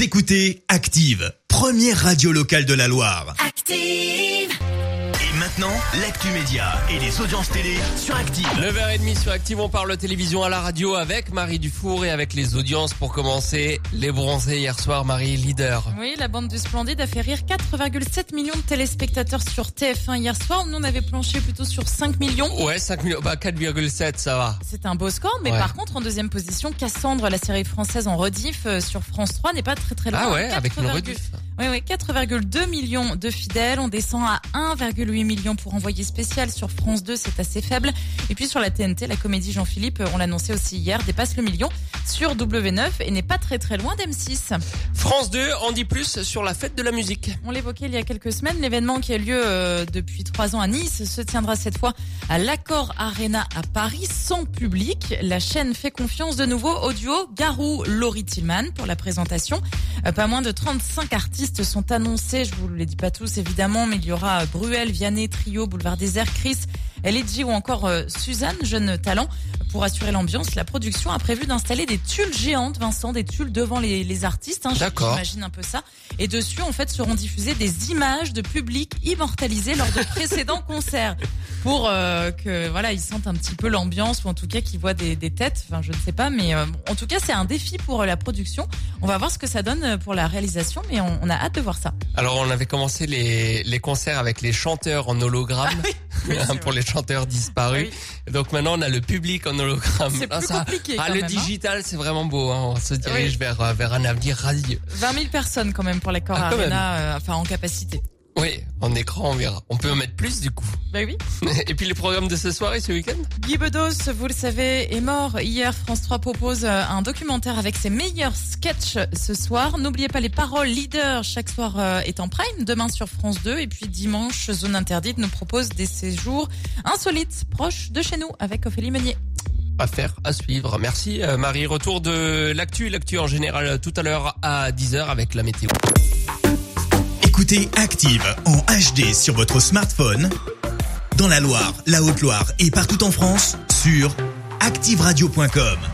Vous écoutez Active, première radio locale de la Loire. Active! Et maintenant, l'actu média et les audiences télé sur Active. 9h30 sur Active, on parle télévision à la radio avec Marie Dufour et avec les audiences pour commencer. Les bronzés hier soir, Marie, leader. Oui, la bande du Splendide a fait rire 4,7 millions de téléspectateurs sur TF1 hier soir. Nous, on avait planché plutôt sur 5 millions. Ouais, 5 millions, 4,7, ça va. C'est un beau score, mais par contre, en deuxième position, Cassandre, la série française en rediff sur France 3, n'est pas très loin. Ah ouais, avec une rediff. Oui, 4,2 millions de fidèles. On descend à 1,8 million pour Envoyé spécial sur France 2, c'est assez faible. Et puis sur la TNT, la comédie Jean-Philippe, on l'annonçait aussi hier, dépasse le million sur W9 et n'est pas très loin d'M6. France 2 en dit plus sur la fête de la musique. On l'évoquait il y a quelques semaines, l'événement qui a lieu depuis 3 ans à Nice se tiendra cette fois à l'Accor Arena à Paris, sans public. La chaîne fait confiance de nouveau au duo Garou-Laurie Tillman pour la présentation. Pas moins de 35 artistes sont annoncés, je vous les dis pas tous évidemment, mais il y aura Bruel, Vianney, Trio, Boulevard Désert, Chris, LG ou encore Suzanne, jeune talent. Pour assurer l'ambiance, la production a prévu d'installer des tulles géantes, Vincent, des tulles devant les artistes. D'accord. J'imagine un peu ça. Et dessus, en fait, seront diffusées des images de public immortalisées lors de précédents concerts. Pour que voilà, ils sentent un petit peu l'ambiance, ou en tout cas qu'ils voient des têtes. Enfin, je ne sais pas, mais en tout cas, c'est un défi pour la production. On va voir ce que ça donne pour la réalisation, mais on a hâte de voir ça. Alors, on avait commencé les concerts avec les chanteurs en hologramme. Pour les chanteurs disparus. Oui. Donc maintenant, on a le public en hologramme. C'est plus compliqué quand le même, digital, c'est vraiment beau. On se dirige vers un avenir radieux. 20 000 personnes quand même pour l'Accor Arena, en capacité. Oui, en écran, on verra. On peut en mettre plus, du coup. Oui. Et puis les programmes de ce soir et ce week-end? Guy Bedos, vous le savez, est mort. Hier, France 3 propose un documentaire avec ses meilleurs sketchs ce soir. N'oubliez pas les paroles leaders. Chaque soir est en prime. Demain sur France 2. Et puis dimanche, Zone Interdite nous propose des séjours insolites proches de chez nous avec Ophélie Meunier. Affaire à suivre. Merci Marie. Retour de l'actu en général tout à l'heure à 10h avec la météo. Écoutez Active en HD sur votre smartphone, dans la Loire, la Haute-Loire et partout en France, sur activeradio.com.